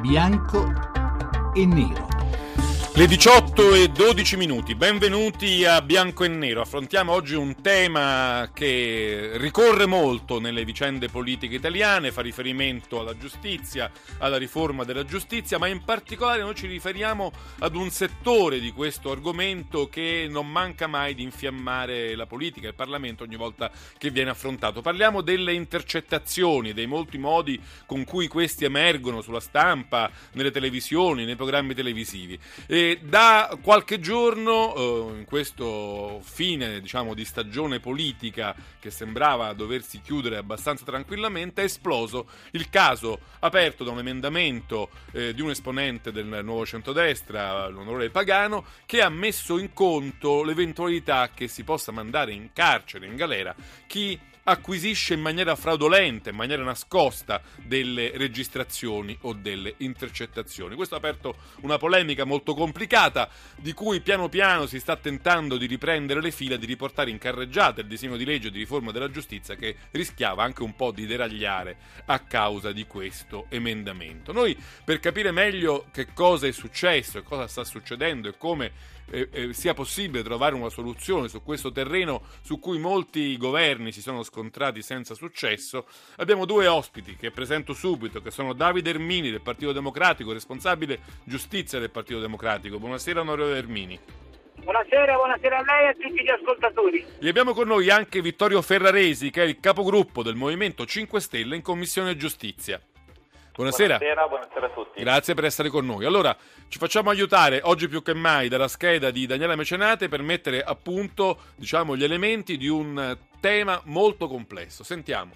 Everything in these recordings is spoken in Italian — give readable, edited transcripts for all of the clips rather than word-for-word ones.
Bianco e nero. Le 18:12, benvenuti a Bianco e Nero. Affrontiamo oggi un tema che ricorre molto nelle vicende politiche italiane, fa riferimento alla giustizia, alla riforma della giustizia, ma in particolare noi ci riferiamo ad un settore di questo argomento che non manca mai di infiammare la politica e il Parlamento ogni volta che viene affrontato. Parliamo delle intercettazioni, dei molti modi con cui questi emergono sulla stampa, nelle televisioni, nei programmi televisivi. Da qualche giorno, in questo fine di stagione politica che sembrava doversi chiudere abbastanza tranquillamente, è esploso il caso aperto da un emendamento di un esponente del Nuovo Centrodestra, l'onorevole Pagano, che ha messo in conto l'eventualità che si possa mandare in carcere, in galera, chi acquisisce in maniera fraudolenta, in maniera nascosta delle registrazioni o delle intercettazioni. Questo ha aperto una polemica molto complicata di cui piano piano si sta tentando di riprendere le fila, di riportare in carreggiata il disegno di legge di riforma della giustizia che rischiava anche un po' di deragliare a causa di questo emendamento. Noi, per capire meglio che cosa è successo e cosa sta succedendo e come sia possibile trovare una soluzione su questo terreno su cui molti governi si sono scontrati senza successo, abbiamo due ospiti che presento subito, che sono Davide Ermini del Partito Democratico, responsabile giustizia del Partito Democratico. Buonasera onorevole Ermini. Buonasera a lei e a tutti gli ascoltatori. E abbiamo con noi anche Vittorio Ferraresi, che è il capogruppo del Movimento 5 Stelle in Commissione Giustizia. Buonasera a tutti. Grazie per essere con noi. Allora, ci facciamo aiutare oggi più che mai dalla scheda di Daniela Mecenate per mettere a punto, gli elementi di un tema molto complesso. Sentiamo.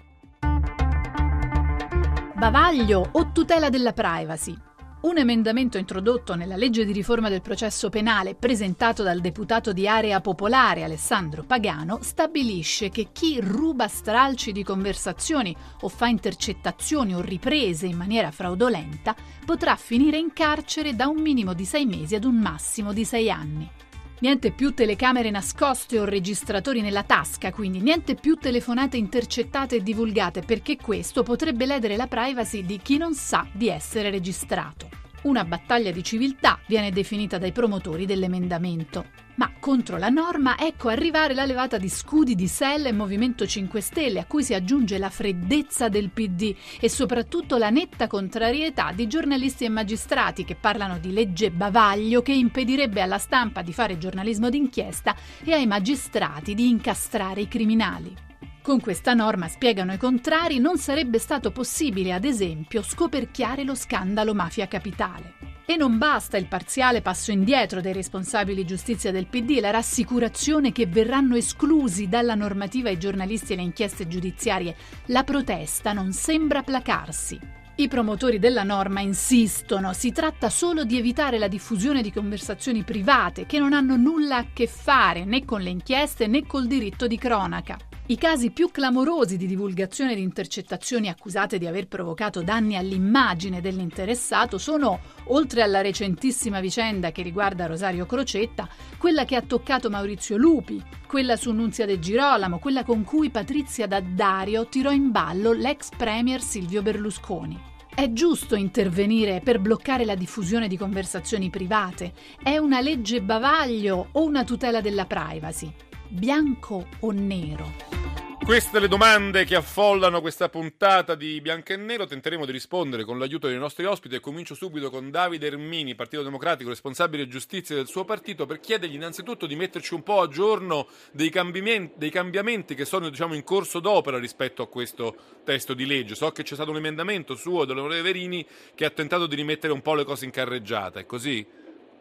Bavaglio o tutela della privacy? Un emendamento introdotto nella legge di riforma del processo penale presentato dal deputato di Area Popolare Alessandro Pagano stabilisce che chi ruba stralci di conversazioni o fa intercettazioni o riprese in maniera fraudolenta potrà finire in carcere da un minimo di 6 mesi ad un massimo di 6 anni. Niente più telecamere nascoste o registratori nella tasca, quindi niente più telefonate intercettate e divulgate, perché questo potrebbe ledere la privacy di chi non sa di essere registrato. Una battaglia di civiltà viene definita dai promotori dell'emendamento. Ma contro la norma ecco arrivare la levata di scudi di SEL e Movimento 5 Stelle, a cui si aggiunge la freddezza del PD e soprattutto la netta contrarietà di giornalisti e magistrati che parlano di legge bavaglio che impedirebbe alla stampa di fare giornalismo d'inchiesta e ai magistrati di incastrare i criminali. Con questa norma, spiegano i contrari, non sarebbe stato possibile, ad esempio, scoperchiare lo scandalo Mafia Capitale. E non basta il parziale passo indietro dei responsabili giustizia del PD e la rassicurazione che verranno esclusi dalla normativa i giornalisti e le inchieste giudiziarie. La protesta non sembra placarsi. I promotori della norma insistono, si tratta solo di evitare la diffusione di conversazioni private che non hanno nulla a che fare né con le inchieste né col diritto di cronaca. I casi più clamorosi di divulgazione di intercettazioni accusate di aver provocato danni all'immagine dell'interessato sono, oltre alla recentissima vicenda che riguarda Rosario Crocetta, quella che ha toccato Maurizio Lupi, quella su Nunzia De Girolamo, quella con cui Patrizia D'Addario tirò in ballo l'ex premier Silvio Berlusconi. È giusto intervenire per bloccare la diffusione di conversazioni private? È una legge bavaglio o una tutela della privacy? Bianco o nero? Queste le domande che affollano questa puntata di Bianco e Nero. Tenteremo di rispondere con l'aiuto dei nostri ospiti e comincio subito con Davide Ermini, Partito Democratico, responsabile giustizia del suo partito, per chiedergli innanzitutto di metterci un po' a giorno dei cambiamenti che sono in corso d'opera rispetto a questo testo di legge. So che c'è stato un emendamento suo dell'onorevole Verini che ha tentato di rimettere un po' le cose in carreggiata, è così?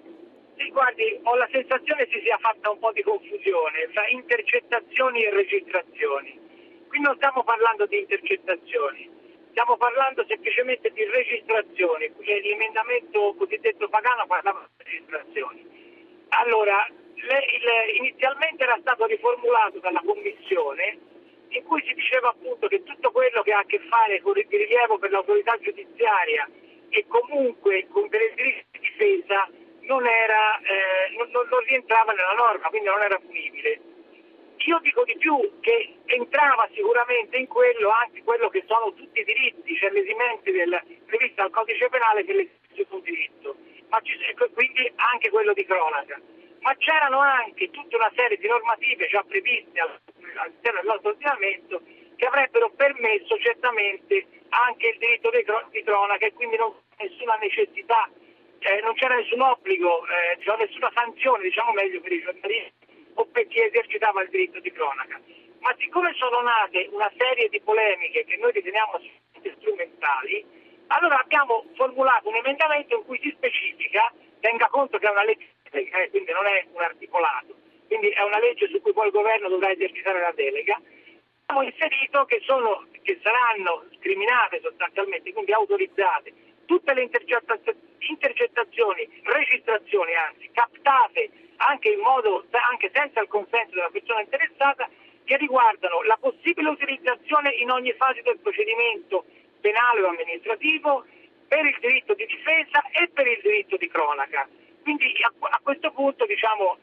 Sì, guardi, ho la sensazione si sia fatta un po' di confusione fra intercettazioni e registrazioni. Qui non stiamo parlando di intercettazioni, stiamo parlando semplicemente di registrazioni, l'emendamento cosiddetto Pagano parlava di registrazioni. Allora, inizialmente era stato riformulato dalla Commissione in cui si diceva appunto che tutto quello che ha a che fare con il rilievo per l'autorità giudiziaria e comunque con delle diritti di difesa non rientrava nella norma, quindi non era punibile. Io dico di più, che entrava sicuramente in quello anche quello che sono tutti i diritti, cioè l'esimente previsto dal codice penale che l'esercizio di un diritto, quindi anche quello di cronaca. Ma c'erano anche tutta una serie di normative già previste all'interno del nostro ordinamento che avrebbero permesso certamente anche il diritto di cronaca, e quindi non c'è nessuna necessità, non c'era nessun obbligo, nessuna sanzione, diciamo meglio, per i giornalisti o per chi esercitava il diritto di cronaca. Ma siccome sono nate una serie di polemiche che noi riteniamo strumentali, allora abbiamo formulato un emendamento in cui si specifica, tenga conto che è una legge, quindi non è un articolato, quindi è una legge su cui poi il governo dovrà esercitare la delega. Abbiamo inserito che saranno scriminate sostanzialmente, quindi autorizzate, tutte le intercettazioni, registrazioni anzi, captate anche senza il consenso della persona interessata, che riguardano la possibile utilizzazione in ogni fase del procedimento penale o amministrativo per il diritto di difesa e per il diritto di cronaca. Quindi a questo punto è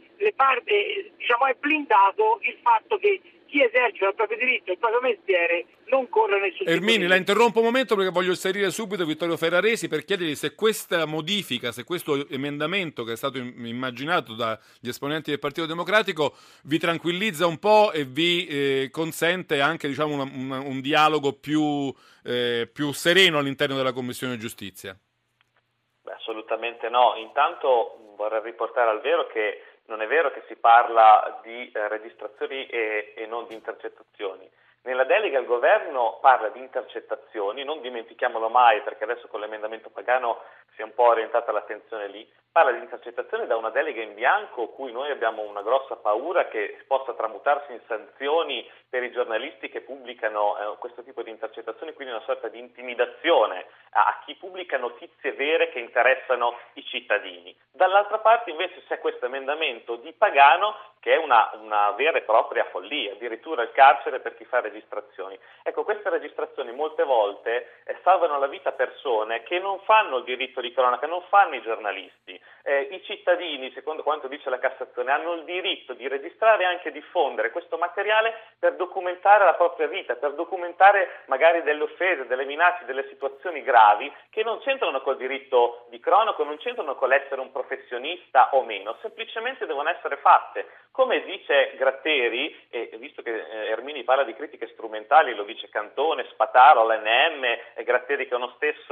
blindato il fatto che chi esercita il proprio diritto e il proprio mestiere non corre nessun Ermini, la interrompo un momento perché voglio inserire subito Vittorio Ferraresi per chiedergli se questa modifica, se questo emendamento che è stato immaginato dagli esponenti del Partito Democratico vi tranquillizza un po' e vi consente anche, diciamo, un dialogo più sereno all'interno della Commissione Giustizia. Beh, assolutamente no. Intanto vorrei riportare al vero che non è vero che si parla di registrazioni e non di intercettazioni. Nella delega il governo parla di intercettazioni, non dimentichiamolo mai perché adesso con l'emendamento Pagano si è un po' orientata l'attenzione lì, parla di intercettazioni da una delega in bianco cui noi abbiamo una grossa paura che possa tramutarsi in sanzioni per i giornalisti che pubblicano questo tipo di intercettazioni, quindi una sorta di intimidazione a chi pubblica notizie vere che interessano i cittadini. Dall'altra parte invece c'è questo emendamento di Pagano che è una vera e propria follia, addirittura il carcere per chi fa registrazioni. Ecco, queste registrazioni molte volte salvano la vita a persone che non fanno il diritto di cronaca, non fanno i giornalisti. I cittadini, secondo quanto dice la Cassazione, hanno il diritto di registrare e anche diffondere questo materiale per documentare la propria vita, per documentare magari delle offese, delle minacce, delle situazioni gravi che non c'entrano col diritto di cronaca, non c'entrano con l'essere un professionista o meno, semplicemente devono essere fatte. Come dice Gratteri, e visto che Ermini parla di critiche strumentali, lo dice Cantone, Spataro, l'NM, e Gratteri che è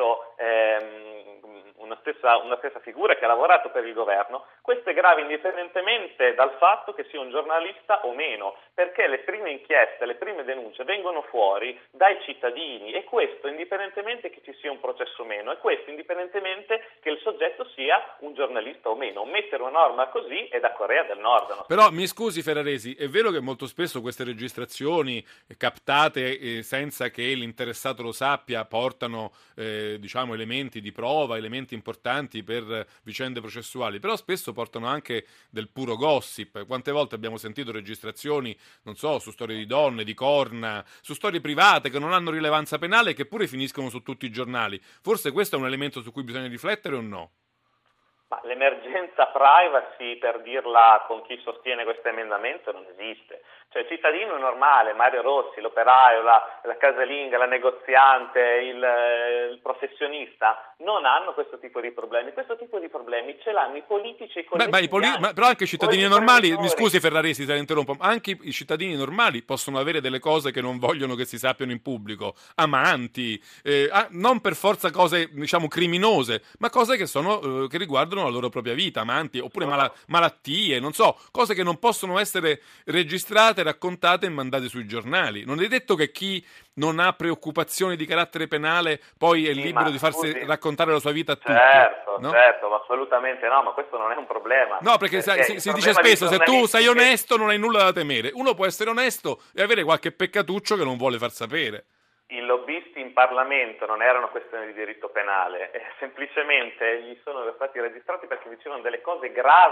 una stessa figura che ha lavorato per il governo, questo è grave indipendentemente dal fatto che sia un giornalista o meno, perché le prime inchieste, le prime denunce vengono fuori dai cittadini e questo indipendentemente che ci sia un processo o meno, e questo indipendentemente che il soggetto sia un giornalista o meno. Mettere una norma così è da Corea del Nord. Però mi scusi Ferraresi, è vero che molto spesso queste registrazioni captate senza che l'interessato lo sappia portano diciamo elementi di prova, elementi importanti per vicende processuali, però spesso portano anche del puro gossip. Quante volte abbiamo sentito registrazioni, non so, su storie di donne, di corna, su storie private che non hanno rilevanza penale e che pure finiscono su tutti i giornali. Forse questo è un elemento su cui bisogna riflettere o no? Ma l'emergenza privacy, per dirla con chi sostiene questo emendamento, non esiste. Cioè il cittadino normale, Mario Rossi, l'operaio, la casalinga, la negoziante, il professionista, non hanno questo tipo di problemi. Questo tipo di problemi ce l'hanno i politici e i colleghi. Però anche i cittadini normali, mi scusi Ferraresi se la interrompo, anche i cittadini normali possono avere delle cose che non vogliono che si sappiano in pubblico, amanti, non per forza cose diciamo criminose, ma cose che sono che riguardano la loro propria vita, amanti, oppure malattie, non so, cose che non possono essere registrate, raccontate e mandate sui giornali. Non è detto che chi non ha preoccupazioni di carattere penale poi è libero di farsi raccontare la sua vita a tutti. Certo, no? Certo, ma assolutamente no, ma questo non è un problema. No, perché si dice spesso, se tu sei onesto non hai nulla da temere. Uno può essere onesto e avere qualche peccatuccio che non vuole far sapere. I lobbisti in Parlamento non erano questioni di diritto penale, semplicemente gli sono stati registrati perché dicevano delle cose gravi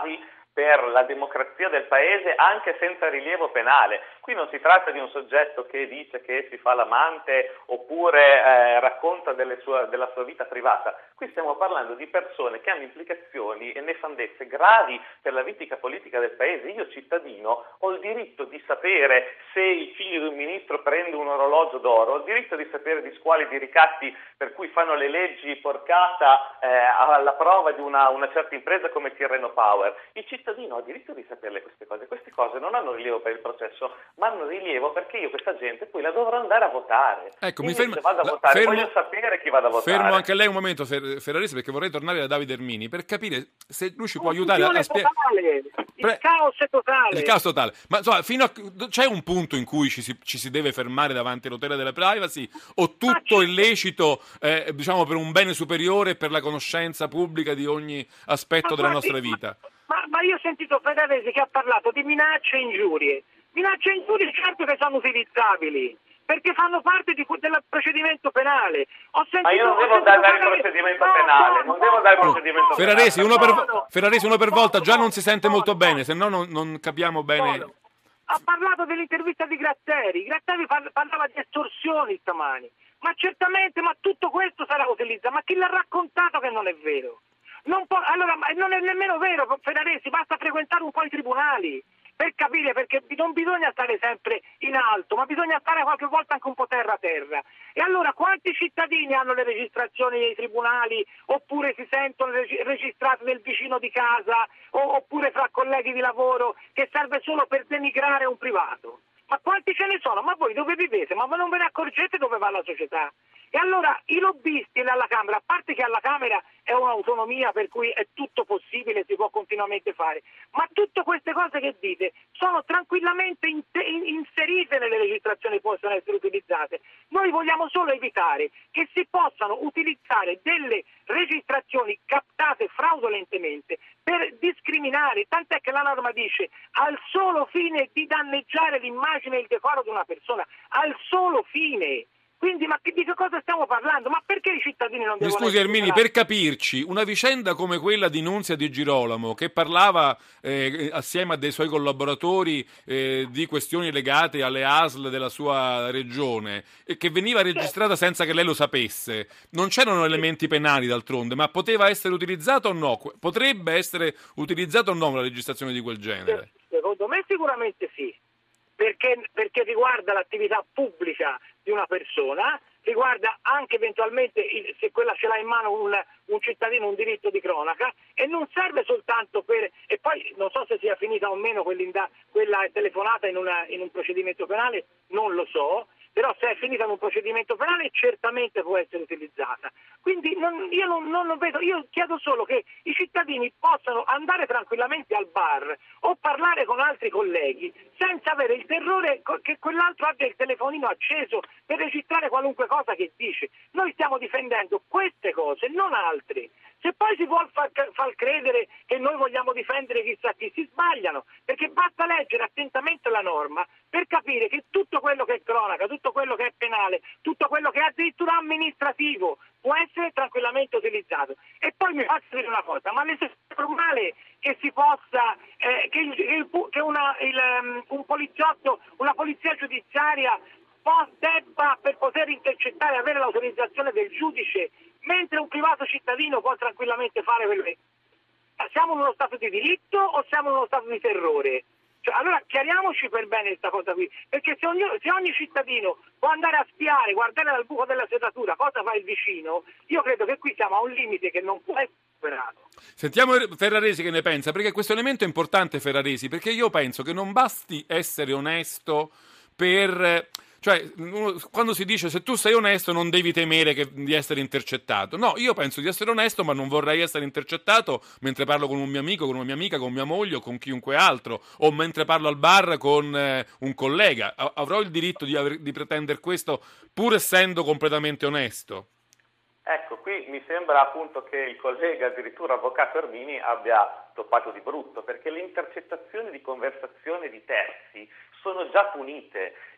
per la democrazia del paese anche senza rilievo penale. Qui non si tratta di un soggetto che dice che si fa l'amante oppure racconta della sua vita privata. Qui stiamo parlando di persone che hanno implicazioni e nefandezze gravi per la vita politica del paese. Io cittadino ho il diritto di sapere se il figlio di un ministro prende un orologio d'oro, ho il diritto di sapere di squali di ricatti per cui fanno le leggi porcata alla prova di una certa impresa come Tirreno Power. Il cittadino ha diritto di saperle queste cose. Queste cose non hanno rilievo per il processo, ma hanno rilievo perché io questa gente poi la dovrò andare a votare. Ecco, quindi se vado a votare voglio sapere chi vada a votare. Fermo anche lei un momento, Ferraresi, perché vorrei tornare da Davide Ermini per capire se lui ci può aiutare a spiegare. Il caos è totale. Il caos totale. Ma insomma, c'è un punto in cui ci si deve fermare davanti alla tutela della privacy, o tutto è lecito, diciamo, per un bene superiore, per la conoscenza pubblica di ogni aspetto della nostra vita? Ma io ho sentito Ferraresi che ha parlato di minacce e ingiurie. Minacce e ingiurie certo che sono utilizzabili, perché fanno parte del procedimento penale. Ma io non devo dare il procedimento penale, non devo dare il procedimento Ferraresi, penale. Ferraresi, uno per volta, già non si sente molto bene, se no non capiamo bene. Ha parlato dell'intervista di Gratteri. Gratteri parlava di estorsioni stamani. Ma certamente, ma tutto questo sarà utilizzato. Ma chi l'ha raccontato che non è vero? Allora, non è nemmeno vero, Ferraresi, basta frequentare un po' i tribunali per capire, perché non bisogna stare sempre in alto, ma bisogna stare qualche volta anche un po' terra. E allora quanti cittadini hanno le registrazioni nei tribunali, oppure si sentono registrati nel vicino di casa, oppure fra colleghi di lavoro, che serve solo per denigrare un privato? Ma quanti ce ne sono? Ma voi dove vivete? Ma non ve ne accorgete dove va la società? E allora i lobbisti alla Camera, a parte che alla Camera è un'autonomia per cui è tutto possibile, si può continuamente fare, ma tutte queste cose che dite sono tranquillamente inserite nelle registrazioni che possono essere utilizzate. Noi vogliamo solo evitare che si possano utilizzare delle registrazioni captate fraudolentemente per discriminare, tant'è che la norma dice al solo fine di danneggiare l'immagine e il decoro di una persona, al solo fine. Quindi, ma di che cosa stiamo parlando? Ma perché i cittadini non devono... Mi scusi Ermini, per capirci, una vicenda come quella di Nunzia Di Girolamo, che parlava assieme a dei suoi collaboratori di questioni legate alle ASL della sua regione, e che veniva registrata senza che lei lo sapesse, non c'erano elementi penali d'altronde, ma poteva essere utilizzato o no? Potrebbe essere utilizzato o no una registrazione di quel genere? Secondo me sicuramente sì. Perché riguarda l'attività pubblica di una persona, riguarda anche eventualmente, se quella ce l'ha in mano un cittadino, un diritto di cronaca, e non serve soltanto per... E poi non so se sia finita o meno quella telefonata in un procedimento penale, non lo so, però se è finita in un procedimento penale certamente può essere utilizzata. Quindi io non vedo, io chiedo solo che i cittadini possano andare tranquillamente al bar o parlare con altri colleghi senza avere il terrore che quell'altro abbia il telefonino acceso per registrare qualunque cosa che dice. Noi stiamo difendendo queste cose, non altre. Se poi si vuol far credere che noi vogliamo difendere chissà chi, si sbagliano, perché basta leggere attentamente la norma per capire che tutto quello che è cronaca, tutto quello che è penale, tutto quello che è addirittura amministrativo può essere tranquillamente utilizzato. E poi mi faccio dire una cosa, ma le è normale che si possa, un poliziotto, una polizia giudiziaria debba, per poter intercettare, avere l'autorizzazione del giudice, mentre un privato cittadino può tranquillamente fare quello che... Siamo in uno stato di diritto o siamo in uno stato di terrore? Cioè, allora chiariamoci per bene questa cosa qui, perché se ogni cittadino può andare a spiare, guardare dal buco della serratura cosa fa il vicino, io credo che qui siamo a un limite che non può essere superato. Sentiamo Ferraresi che ne pensa, perché questo elemento è importante, Ferraresi, perché io penso che non basti essere onesto per... Cioè, quando si dice se tu sei onesto non devi temere di essere intercettato. No, io penso di essere onesto, ma non vorrei essere intercettato mentre parlo con un mio amico, con una mia amica, con mia moglie o con chiunque altro, o mentre parlo al bar con un collega. Avrò il diritto di pretendere questo pur essendo completamente onesto. Ecco, qui mi sembra appunto che il collega, addirittura avvocato Ermini, abbia toppato di brutto, perché le intercettazioni di conversazioni di terzi sono già punite.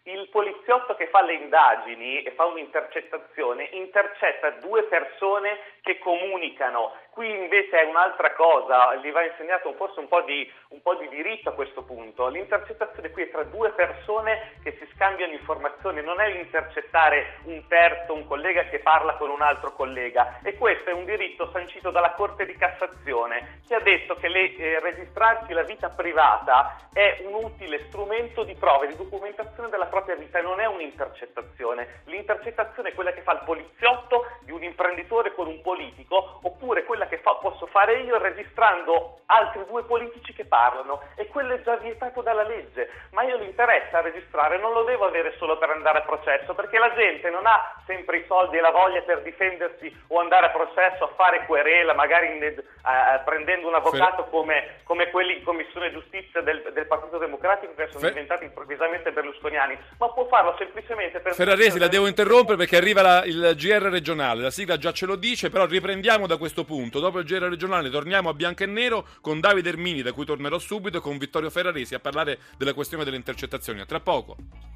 Il poliziotto che fa le indagini e fa un'intercettazione intercetta due persone che comunicano. Qui invece è un'altra cosa, gli va insegnato forse un po' di diritto a questo punto. L'intercettazione qui è tra due persone che si scambiano informazioni, non è intercettare un terzo, un collega che parla con un altro collega, e questo è un diritto sancito dalla Corte di Cassazione, che ha detto che registrarsi la vita privata è un utile strumento di prova e di documentazione della propria vita e non è un'intercettazione. L'intercettazione è quella che fa il poliziotto di un imprenditore con un politico, oppure quella che posso fare io registrando altri due politici che parlano, e quello è già vietato dalla legge. Ma io l'interesse a registrare non lo devo avere solo per andare a processo, perché la gente non ha sempre i soldi e la voglia per difendersi o andare a processo, a fare querela, magari prendendo un avvocato come quelli in Commissione Giustizia del Partito Democratico che sono diventati improvvisamente berlusconiani, ma può farlo semplicemente per... Ferraresi, la devo interrompere perché arriva il GR regionale, la sigla già ce lo dice, però riprendiamo da questo punto. Dopo il GR regionale torniamo a Bianco e Nero con Davide Ermini, da cui tornerò subito, e con Vittorio Ferraresi a parlare della questione delle intercettazioni. A tra poco.